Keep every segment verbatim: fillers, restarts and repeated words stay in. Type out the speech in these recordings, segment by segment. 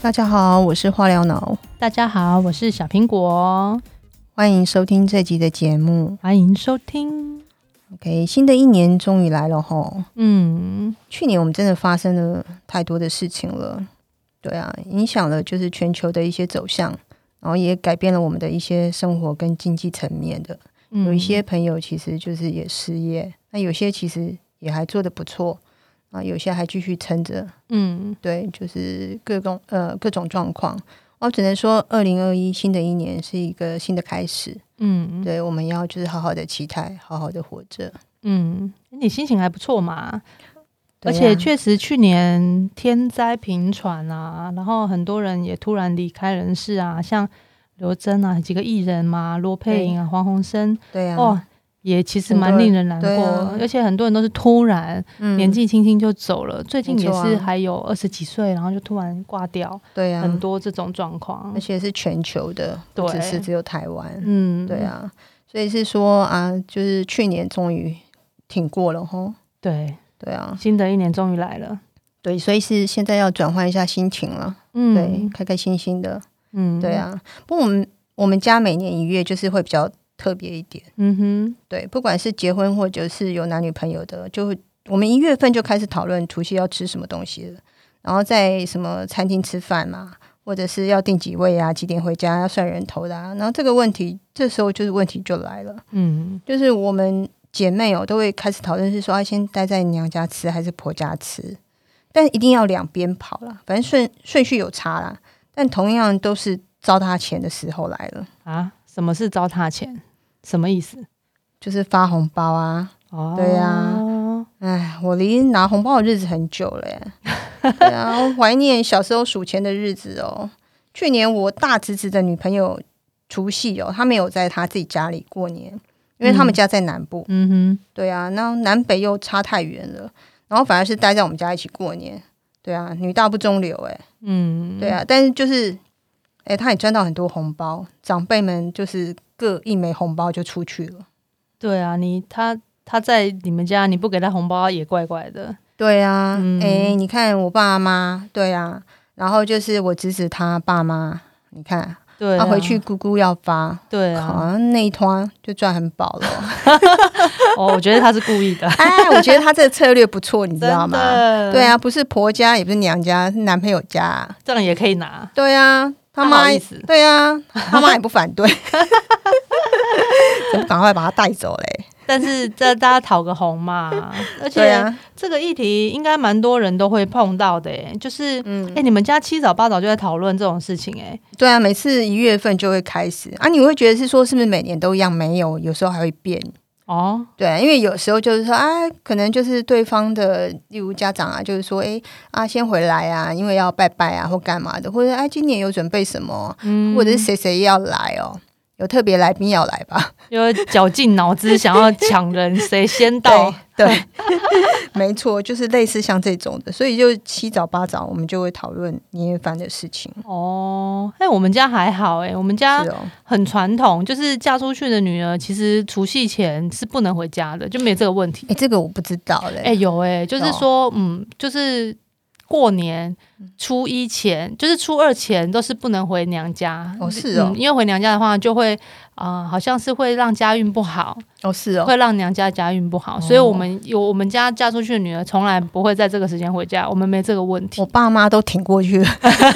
大家好，我是化疗脑。 大家好，我是小苹果， 欢迎收听这集的节目。 欢迎收听。 OK， 新的一年终于来了齁。 嗯， 去年我们真的发生了太多的事情了，对啊，影响了就是全球的一些走向，然后也改变了我们的一些生活跟经济层面的。 嗯有一些朋友其实就是也失业，那有些其实也还做得不错啊，有些还继续撑着。 嗯， 对，就是各种呃各种状况。我只能说，二零二一新的一年是一个新的开始。 嗯， 对，我们要就是好好的期待，好好的活着。 嗯，你心情还不错嘛？ 对啊而且确实去年天灾频传啊，然后很多人也突然离开人世啊，像刘真啊，几个艺人嘛，罗佩颖啊，黄鸿升， 对啊， 哦，也其实蛮令人难过， 啊、 而且很多人都是突然、嗯、年纪轻轻就走了，最近也是还有二十几岁，然后就突然挂掉， 对啊， 很多这种状况， 而且是全球的，不只是只有台湾， 嗯， 对啊，所以是说啊，就是去年终于挺过了齁， 对对啊， 新的一年终于来了， 对，所以是现在要转换一下心情了，嗯，对，开开心心的，嗯，对啊，不过我们我们家每年一月就是会比较特别一点，嗯哼，对，不管是结婚或者是有男女朋友的，就我们一月份就开始讨论除夕要吃什么东西了，然后在什么餐厅吃饭嘛，或者是要订几位啊，几点回家，要算人头的啊，然后这个问题，这时候就是问题就来了，嗯，就是我们姐妹哦都会开始讨论是说，要、啊、先待在娘家吃还是婆家吃，但一定要两边跑啦，反正顺顺序有差啦，但同样都是糟蹋钱的时候来了啊。什么是糟蹋钱？什么意思？ 就是发红包啊！哦，对啊，哎，我离拿红包的日子很久了耶。对啊，我怀念小时候数钱的日子哦。去年我大侄子的女朋友除夕哦，她没有在她自己家里过年，因为他们家在南部。嗯哼，对啊，那南北又差太远了，然后反而是待在我们家一起过年。对啊，女大不中留哎。嗯，对啊，但是就是。哎，他也赚到很多红包，长辈们就是各一枚红包就出去了。 对啊，你他他在你们家，你不给他红包也怪怪的。 对啊，嗯、哎，你看我爸妈，对啊，然后就是我侄子他爸妈，你看， 对、啊， 他回去姑姑要发， 对啊， 好像那一团就赚很饱了。 哦，我觉得他是故意的。 哎，我觉得他这个策略不错，你知道吗？对啊，不是婆家，也不是娘家，是男朋友家， 这样也可以拿。 对啊。他妈对啊，他妈也不反对，怎么赶快把他带走嘞？ 但是这大家讨个红嘛，而且这个议题应该蛮多人都会碰到的，哎，就是，哎、嗯欸，你们家七早八早就在讨论这种事情，哎， 对啊，每次一月份就会开始啊，你会觉得是说是不是每年都一样？没有，有时候还会变。哦，对，因为有时候就是说，啊，可能就是对方的，例如家长啊，就是说，哎，啊，先回来啊，因为要拜拜啊，或干嘛的，或者哎，今年有准备什么，嗯、或者是谁谁要来哦，有特别来宾要来吧， 有绞尽脑汁想要抢人，谁先到？ 对，对没错，就是类似像这种的，所以就七早八早我们就会讨论年夜饭的事情。 哦，哎，我们家还好哎，我们家很传统，哦、就是嫁出去的女儿，其实除夕前是不能回家的，就没这个问题。 哎，这个我不知道嘞。 哎，有哎，就是说，嗯，就是过年初一前，就是初二前都是不能回娘家。 哦，是哦、 嗯，因为回娘家的话，就会啊、呃，好像是会让家运不好。 哦，是哦， 会让娘家家运不好，哦、所以我们有我们家嫁出去的女儿从来不会在这个时间回家，我们没这个问题。 我爸妈都挺过去了，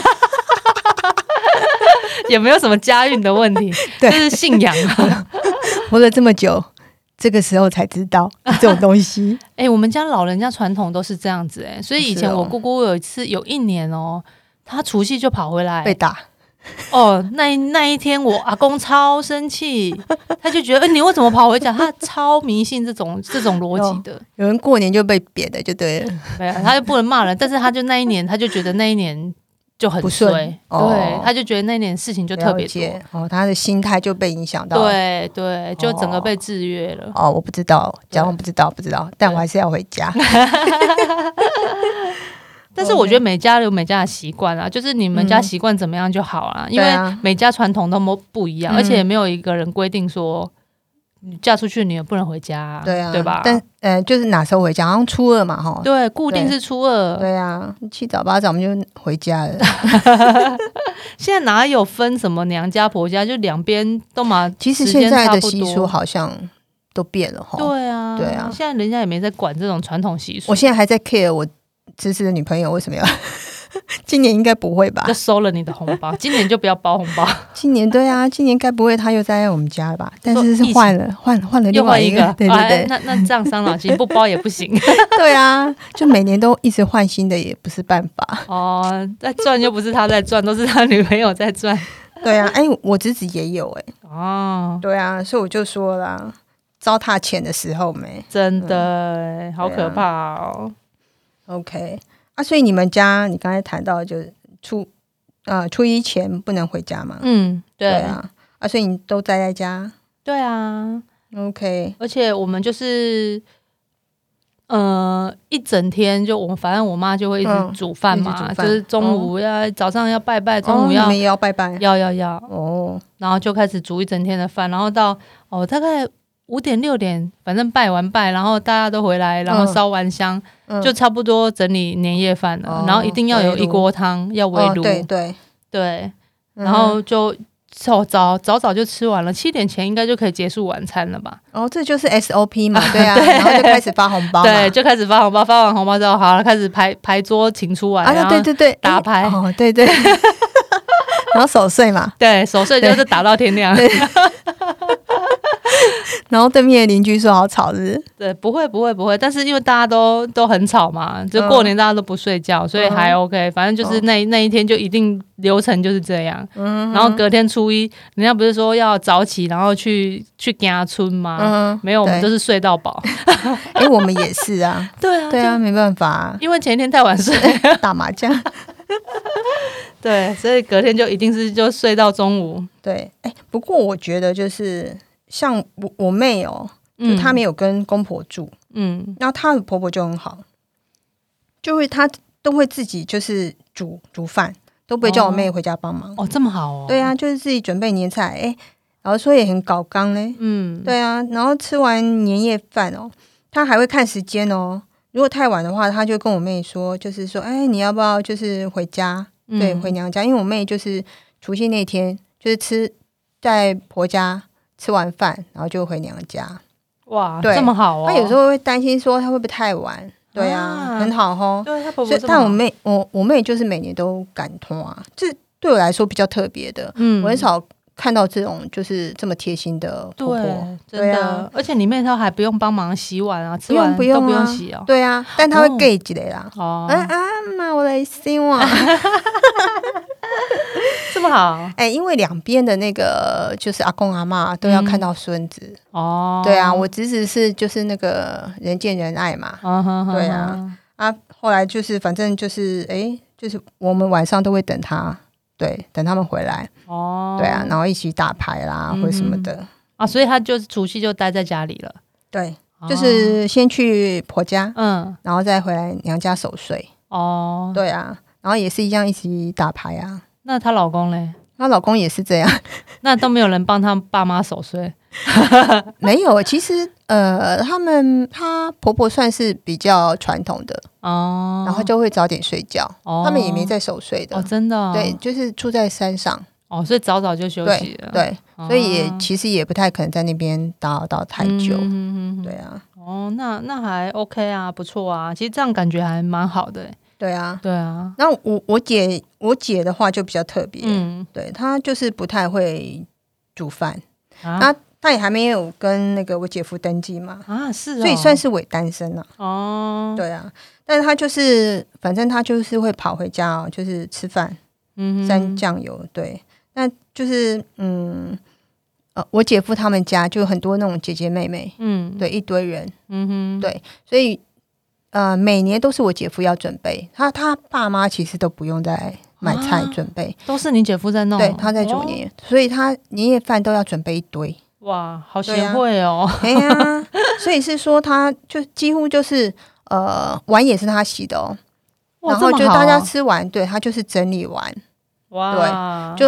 也没有什么家运的问题，这是信仰啊。 活了这么久，这个时候才知道这种东西。 哎、欸，我们家老人家传统都是这样子哎、欸，所以以前我姑姑有一次有一年哦、喔，她除夕就跑回来被打。 哦，那那一天我阿公超生气，他就觉得，欸、你为什么跑回家？他超迷信这种这种逻辑的。 有人过年就被扁的就对了， 没有，他就不能骂人，但是他就那一年，他就觉得那一年就很衰， 哦、 对，他就觉得那一年事情就特别多， 哦，他的心态就被影响到了， 对对，就整个被制约了。 哦，我不知道，讲我不知道，不知道，但我还是要回家。 但是我觉得每家有每家的习惯啊，就是你们家习惯怎么样就好啊，嗯、因为每家传统都不一样，嗯、而且也没有一个人规定说你嫁出去你也不能回家、啊， 对啊， 对吧？ 但呃，就是哪时候回家？好像初二嘛，哈。 对，固定是初二。 对啊，七早八早我们就回家了。 现在哪有分什么娘家婆家，就两边都嘛。 其实现在的习俗好像都变了哈。 对啊， 对啊， 现在人家也没在管这种传统习俗。 我现在还在 care 我芝芝的女朋友为什么要。今年应该不会吧？ 就收了你的红包，今年就不要包红包。 今年对啊，今年该不会他又在我们家了吧？但是是换了换换了另外一个，对对对。 哎、那那这样伤脑筋，不包也不行。 对啊，就每年都一直换新的也不是办法。 哦，在赚又不是他在赚，都是他女朋友在赚。 对啊，哎、欸，我侄子也有哎、欸。 哦， 对啊，所以我就说啦，糟蹋钱的时候没， 真的、欸嗯、好可怕哦。 啊、OK。啊，所以你们家你刚才谈到就是初呃初一前不能回家嘛？ 嗯，对, 对啊，啊，所以你都待在家？ 对啊 ，OK。 而且我们就是呃一整天就我们反正我妈就会一直煮饭嘛、嗯，就是中午要、哦、早上要拜拜，中午要、哦、 你们也要拜拜， 要要要哦， 然后就开始煮一整天的饭，然后到哦大概五点六点，反正拜完拜，然后大家都回来，然后烧完香。嗯，就差不多整理年夜饭了、哦，然后一定要有一锅汤，要围炉、哦， 对对对，然后就早早早早就吃完了，七点前应该就可以结束晚餐了吧？ 哦，这就是 S O P 嘛，对啊，对，然后就开始发红包嘛， 对，就开始发红包，发完红包之后，好了，开始排排桌请出来， 啊，对对对， 打牌，欸、 哦，对对，然后守岁嘛， 对，守岁就是打到天亮。 然后对面的邻居说好吵日， 对，不会不会不会，但是因为大家都都很吵嘛，就过年大家都不睡觉，嗯、所以还 OK， 反正就是那、哦、那一天就一定流程就是这样。嗯，然后隔天初一，人家不是说要早起，然后去去家村吗？嗯，没有，我们就是睡到饱。 哎、欸，我们也是啊， 对啊， 对啊，没办法、啊， 因为前一天太晚睡， 打麻将。 对，所以隔天就一定是就睡到中午。 对，哎、欸，不过我觉得就是像我我妹哦、喔，就她没有跟公婆住，嗯，然后她的婆婆就很好，就会她都会自己就是煮煮饭，都不会叫我妹回家帮忙。 哦，这么好哦。 对啊，就是自己准备年菜，哎、欸，然后说也很搞刚嘞，嗯，对啊，然后吃完年夜饭哦、喔，她还会看时间哦、喔，如果太晚的话，她就跟我妹说，就是说，哎、欸，你要不要就是回家？对，回娘家，因为我妹就是除夕那天就是吃在婆家吃完饭，然后就回娘家。 哇，这么好哦！ 她有时候会担心说她会不会太晚，对啊，啊很好吼。 对，她婆婆这么好。 但我妹我我妹就是每年都赶通啊，这对我来说比较特别的。嗯，我很少看到这种就是这么贴心的婆婆， 对，真的。啊、而且你妹她还不用帮忙洗碗啊，吃完不用、啊、 都不用洗哦。 对啊，但她会给一个啦。 哦， 啊啊妈，我来洗碗。 这么好， 哎、欸，因为两边的那个就是阿公阿嬷都要看到孙子、嗯、哦。对啊，我侄子是就是那个人见人爱嘛，哦、对啊、哦、啊，后来就是反正就是哎、欸，就是我们晚上都会等他，对，等他们回来哦。对啊，然后一起打牌啦、嗯、或者什么的啊，所以他就是除夕就待在家里了。 对，就是先去婆家，嗯，然后再回来娘家守岁哦。对啊，然后也是一样一起打牌啊。 那她老公嘞？ 她老公也是这样。 那都没有人帮她爸妈守岁？ 没有，其实呃，他们她婆婆算是比较传统的哦，然后就会早点睡觉。哦，他们也没在守岁的哦， 真的、哦。 对，就是住在山上哦，所以早早就休息了。 对，对哦、所以也其实也不太可能在那边打扰到太久。嗯、对啊。 哦，那那还 OK 啊，不错啊，其实这样感觉还蛮好的。 对啊， 对啊。 那我我姐我姐的话就比较特别，嗯，对，她就是不太会煮饭，啊，那她也还没有跟那个我姐夫登记嘛， 啊，是、哦， 所以算是伪单身了、啊。 哦， 对啊，但是她就是反正她就是会跑回家哦，就是吃饭，嗯，沾酱油，对，那就是嗯。呃，我姐夫他们家就很多那种姐姐妹妹，嗯，对，一堆人，嗯哼，对，所以呃，每年都是我姐夫要准备，他他爸妈其实都不用再买菜准备， 啊、都是你姐夫在弄， 对，他在煮年夜、哦，所以他年夜饭都要准备一堆， 哇，好贤惠哦， 对呀、啊，所以是说他就几乎就是呃碗也是他洗的哦，然后就大家吃完，对他就是整理完，哇，对，就。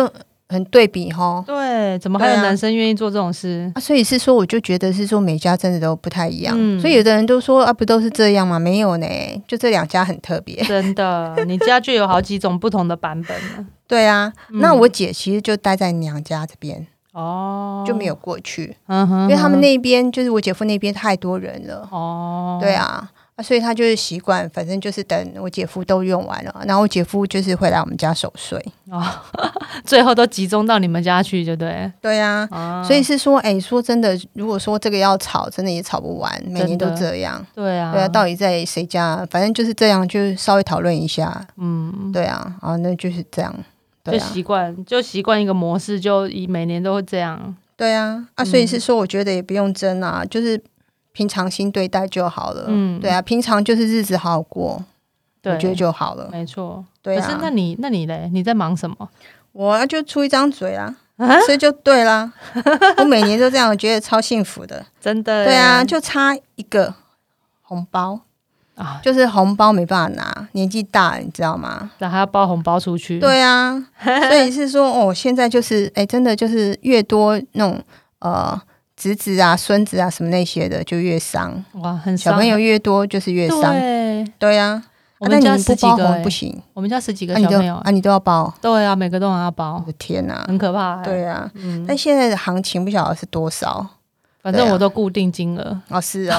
很对比齁。 对，怎么还有男生愿意做这种事？ 啊，所以是说，我就觉得是说每家真的都不太一样。嗯、所以有的人都说啊，不都是这样吗？没有呢，就这两家很特别。 真的，你家就有好几种不同的版本了。 对啊，嗯、那我姐其实就待在娘家这边。哦，就没有过去，嗯哼哼，因为他们那边就是我姐夫那边太多人了。哦，对啊。所以他就是习惯，反正就是等我姐夫都用完了，然后我姐夫就是会来我们家守岁哦， 最后都集中到你们家去，就对。 对啊，哦、所以是说，哎、欸，说真的，如果说这个要吵，真的也吵不完，每年都这样。 对啊， 对啊，到底在谁家？反正就是这样，就稍微讨论一下。嗯，对啊，啊，那就是这样， 对啊、就习惯，就习惯一个模式，就以每年都会这样。 对啊，啊，所以是说，我觉得也不用争啊，就是平常心对待就好了。嗯，对啊，平常就是日子好好过，我觉得就好了。 没错， 对啊。 可是那你那你嘞？你在忙什么？ 我就出一张嘴啊，啊所以就对啦。我每年都这样，我觉得超幸福的， 真的。 对啊，就差一个红包啊，就是红包没办法拿，年纪大了，你知道吗？ 那还要包红包出去。 对啊，所以是说哦，现在就是哎、欸，真的就是越多那种呃。侄子啊、孙子啊什么那些的就越伤哇，很伤。小朋友越多就是越伤。对对啊， 我们家十几个、欸啊、不行。 我们家十几个小朋友啊，你 都, 啊你都要包？ 对啊，每个都要包。 我的天哪、啊， 很可怕、欸。 对啊，嗯、但现在的行情不晓得是多少， 反正我都固定金额。 啊、哦，是哦。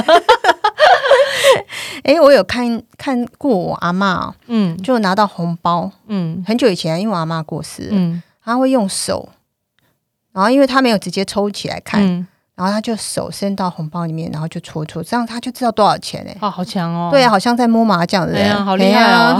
哎、欸，我有看看过我阿嬷，嗯，就拿到红包，嗯，很久以前，因为我阿嬷过世，嗯，她会用手。然后因为他没有直接抽起来看、嗯、然后他就手伸到红包里面，然后就戳戳，这样他就知道多少钱。哎、欸， 哦，好强哦。 对啊，好像在摸麻将的人、 啊、好厉害哦。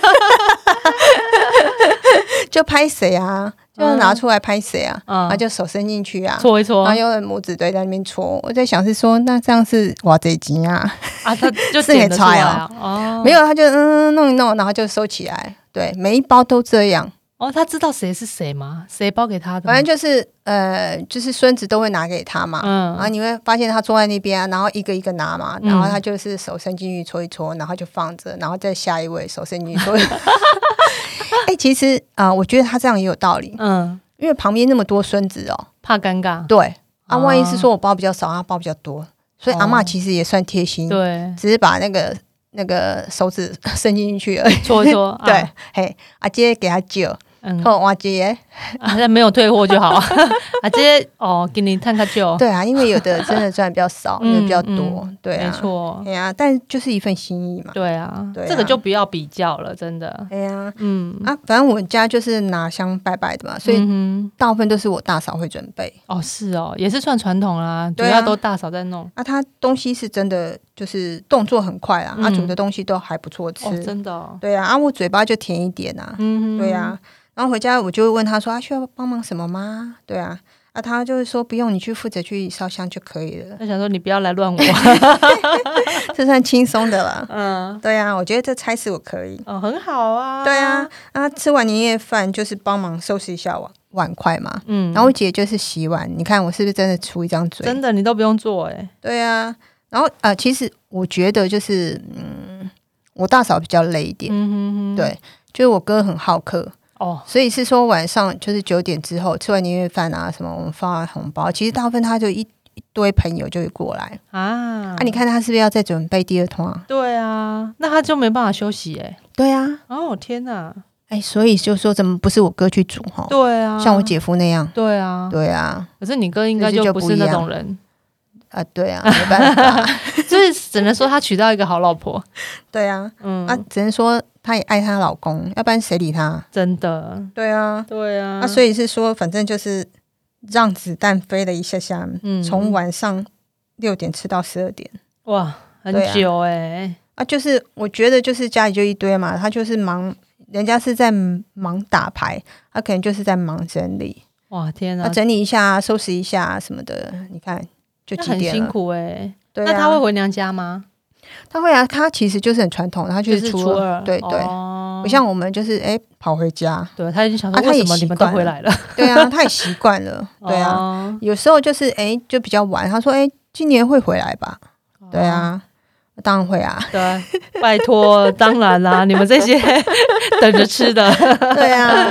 就拍谁啊，就拿出来拍谁啊、嗯、然后就手伸进去啊， 搓一搓， 然后用拇指对在那边搓。我在想是说那这样是哇这钱啊啊，他就点得出来啊。 哦，没有，他就嗯弄一弄，然后就收起来。对，每一包都这样。 哦，他知道谁是谁吗？谁包给他的吗？ 反正就是呃，就是孙子都会拿给他嘛。嗯，然后你会发现他坐在那边、啊，然后一个一个拿嘛，然后他就是手伸进去搓一搓，然后就放着，然后再下一位手伸进去搓一搓。哎、欸，其实啊、呃，我觉得他这样也有道理。嗯，因为旁边那么多孙子哦， 怕尴尬。 对啊，万一是说我包比较少，他包比较多，所以阿嬷其实也算贴心。对，只是把那个。那个手指伸进去而已， 搓一搓。 对，啊、嘿，阿姐给他救，嗯，我姐啊，没有退货就好。阿姐哦，给你探个救。 对啊，因为有的真的赚比较少，有的比较多，嗯、对啊， 没错。 哎呀、啊，但就是一份心意嘛。 对啊，对啊，这个就不要比较了，真的。 哎呀、啊，嗯啊，反正我们家就是拿香拜拜的嘛，所以大部分都是我大嫂会准备。 哦，是哦，也是算传统啦，主要都大嫂在弄。 啊，她东西是真的。就是动作很快啊，嗯、啊煮的东西都还不错吃、 哦，真的、哦。 对啊，啊我嘴巴就甜一点啊，嗯，对啊。然后回家我就会问他说：“啊，需要帮忙什么吗？”对啊，啊他就会说不用，你去负责去烧香就可以了。 他想说你不要来乱我， 这算轻松的了。嗯，对啊，我觉得这差事我可以。 哦，很好啊。 对啊，啊吃完年夜饭就是帮忙收拾一下碗碗筷嘛。嗯，然后我姐就是洗碗，你看我是不是真的出一张嘴？ 真的，你都不用做哎、欸。 对啊。然后呃，其实我觉得就是嗯，我大嫂比较累一点，嗯哼哼，对，就是我哥很好客哦，所以是说晚上就是九点之后吃完年夜饭啊什么，我们发红包，其实大部分他就一一堆朋友就会过来啊，啊，你看他是不是要再准备第二通啊？ 对啊，那他就没办法休息哎、欸， 对啊， 哦天哪， 哎，所以就说怎么不是我哥去煮哈？ 对啊， 像我姐夫那样， 对啊， 对啊， 可是你哥应该就不是那种人。 啊，对啊，没办法， 所以只能说他娶到一个好老婆。 对啊，嗯，啊，只能说她也爱她老公，要不然谁理她？ 真的， 对啊， 对啊， 啊，所以是说，反正就是让子弹飞了一下下，嗯，从晚上六点吃到十二点， 哇，很久哎、欸， 啊，就是我觉得就是家里就一堆嘛，他就是忙，人家是在忙打牌，他可能就是在忙整理， 哇，天啊，整理一下，收拾一下什么的，你看。就几点了， 很辛苦哎、欸。 对啊， 那他会回娘家吗？ 他会啊，他其实就是很传统，他就是初二， 就是初二对对，哦、不像我们就是哎、欸、跑回家。 对，他已经想说为什么你们都回来了？ 啊、对啊，他也习惯了。对啊，哦、有时候就是哎、欸、就比较晚，他说哎、欸、今年会回来吧？哦、对啊，当然会啊。 对，拜托，当然啦，你们这些等着吃的。 对啊。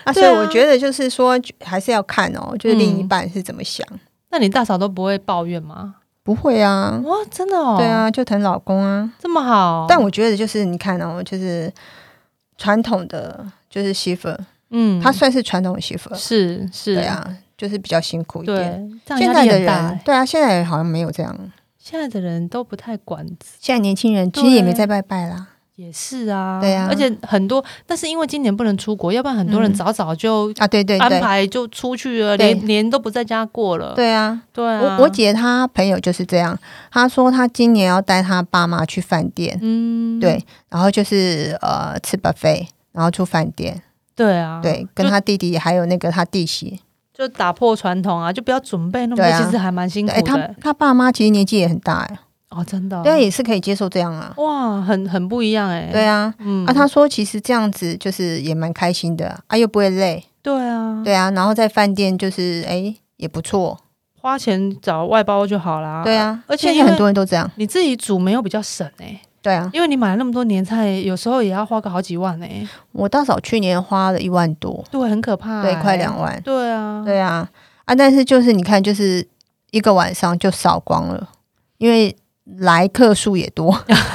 啊，所以我觉得就是说还是要看哦，就是另一半是怎么想。 嗯、那你大嫂都不会抱怨吗？ 不会啊， 哇，真的哦， 对啊，就疼老公啊， 这么好。 但我觉得就是你看哦，就是传统的就是媳妇，嗯，她算是传统的媳妇， 是是， 对啊，就是比较辛苦一点。 对，现在的人， 对啊，现在人好像没有这样， 现在的人都不太管。 现在年轻人其实也没在拜拜啦。 也是啊， 对啊， 而且很多，但是因为今年不能出国，要不然很多人早早就啊，对对， 安排就出去了，连年都不在家过了。 对啊， 对啊， 我我姐她朋友就是这样，她说她今年要带她爸妈去饭店，嗯，对，然后就是呃吃 buffet， 然后出饭店， 对啊， 对，跟她弟弟还有那个她弟媳， 就打破传统啊，就不要准备那么多，啊、其实还蛮辛苦的。 欸、他他爸妈其实年纪也很大哎。 哦，真的、哦， 对，也是可以接受这样啊。 哇，很很不一样哎、欸。 对啊，嗯，啊，他说其实这样子就是也蛮开心的啊，啊又不会累。 对啊， 对啊，然后在饭店就是哎、欸、也不错， 花钱找外包就好啦。 对啊， 而且很多人都这样， 你自己煮没有比较省哎、欸。 对啊， 因为你买了那么多年菜，有时候也要花个好几万哎、欸。 我大嫂去年花了一万多， 对，很可怕、欸， 对，快两万。 对啊， 对啊，啊，但是就是你看，就是一个晚上就扫光了，因为来客数也多。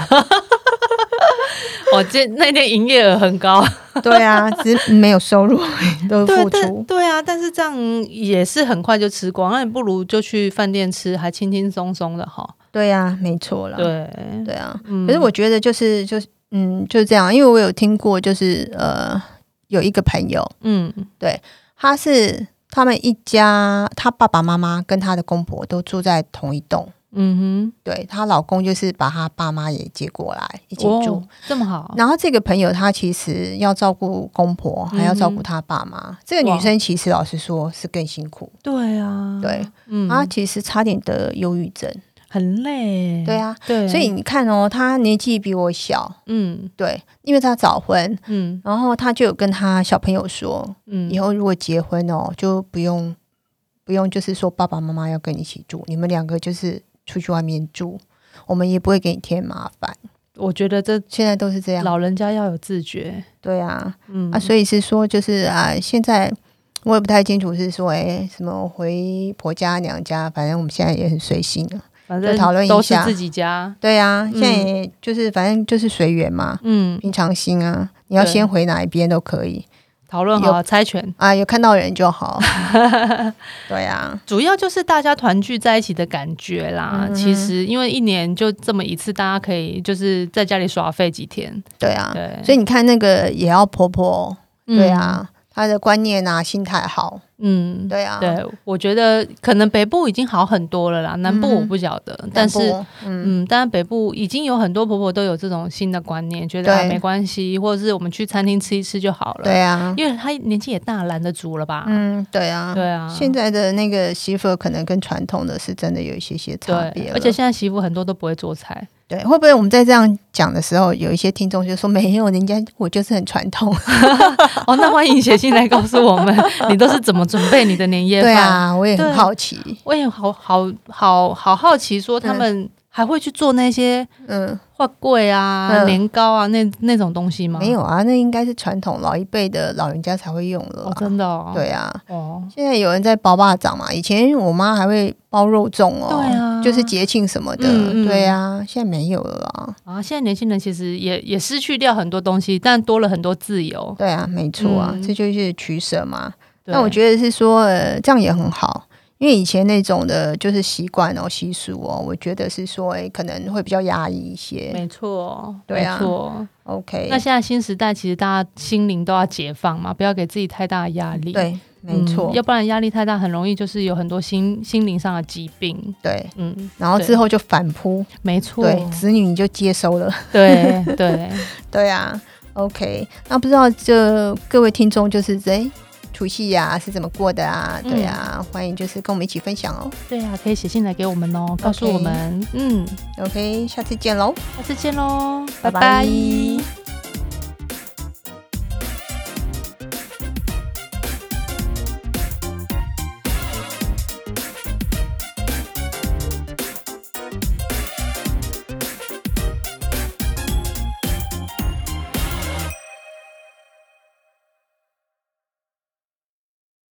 我今那天营业额很高。 对啊，只是没有收入，都是付出。 对, 对啊，但是这样也是很快就吃光，那你不如就去饭店吃，还轻轻松松的哈。 对啊，没错啦。 对对啊、嗯，可是我觉得就是就是嗯就是这样，因为我有听过，就是呃有一个朋友，嗯，对，他是他们一家，他爸爸妈妈跟他的公婆都住在同一栋。嗯哼，对，她老公就是把她爸妈也接过来一起住、哦、 这么好。然后这个朋友她其实要照顾公婆，还要照顾她爸妈、嗯、这个女生其实老实说是更辛苦。 对啊， 对，嗯，她其实差点得忧郁症， 很累。 对啊， 对， 所以你看哦，她年纪比我小，嗯，对，因为她早婚，嗯，然后她就有跟她小朋友说，嗯，以后如果结婚哦，就不用不用就是说爸爸妈妈要跟你一起住，你们两个就是出去外面住，我们也不会给你添麻烦。 我觉得这现在都是这样， 老人家要有自觉。 对啊，嗯啊，所以是说就是啊，现在我也不太清楚是说，哎、欸，什么回婆家娘家，反正我们现在也很随性了， 反正讨论一下， 都是自己家。 对啊，现在也就是反正就是随缘嘛，嗯，平常心啊，你要先回哪一边都可以。 讨论好猜拳啊，有看到人就好。对啊， 主要就是大家团聚在一起的感觉啦、嗯、其实因为一年就这么一次，大家可以就是在家里耍废几天。 对啊，对，所以你看那个也要婆婆，对啊、嗯、她的观念啊心态好。嗯，对啊， 对，我觉得可能北部已经好很多了啦，南部我不晓得，嗯、但是嗯，但是北部已经有很多婆婆都有这种新的观念，觉得啊没关系，或者是我们去餐厅吃一吃就好了。 对啊， 因为她年纪也大，懒得煮了吧？ 嗯，对啊， 对啊， 现在的那个媳妇可能跟传统的是真的有一些些差别， 而且现在媳妇很多都不会做菜。 对，会不会我们在这样讲的时候，有一些听众就说没有，人家我就是很传统。 哦，那欢迎写信来告诉我们，你都是怎么准备你的年夜饭？ 对啊，我也很好奇， 我也好好好好好奇，说他们还会去做那些嗯花粿啊、嗯、年糕啊那那种东西吗？ 没有啊，那应该是传统老一辈的老人家才会用的、啊哦。真的哦。 对啊。哦。现在有人在包巴掌嘛？以前我妈还会包肉粽哦。 对啊。 就是节庆什么的。嗯嗯对啊，现在没有了啦。 啊，现在年轻人其实也也失去掉很多东西，但多了很多自由。 对啊，没错啊、嗯，这就是取舍嘛。但我觉得是说，呃，这样也很好。因为以前那种的就是习惯哦、习俗哦，我觉得是说，哎，可能会比较压抑一些。 没错， 对啊， 没错。 OK， 那现在新时代，其实大家心灵都要解放嘛，不要给自己太大的压力。 对，没错、嗯， 要不然压力太大，很容易就是有很多心心灵上的疾病。 对，嗯，然后之后就反扑。 没错， 对，子女你就接收了。 对对对啊 ，OK， 那不知道这各位听众就是哎。除夕呀是怎么过的啊？对啊、嗯，欢迎就是跟我们一起分享哦。 对啊，可以写信来给我们哦，告诉我们。嗯 ，OK， 下次见喽， 下次见喽， 拜拜。拜拜。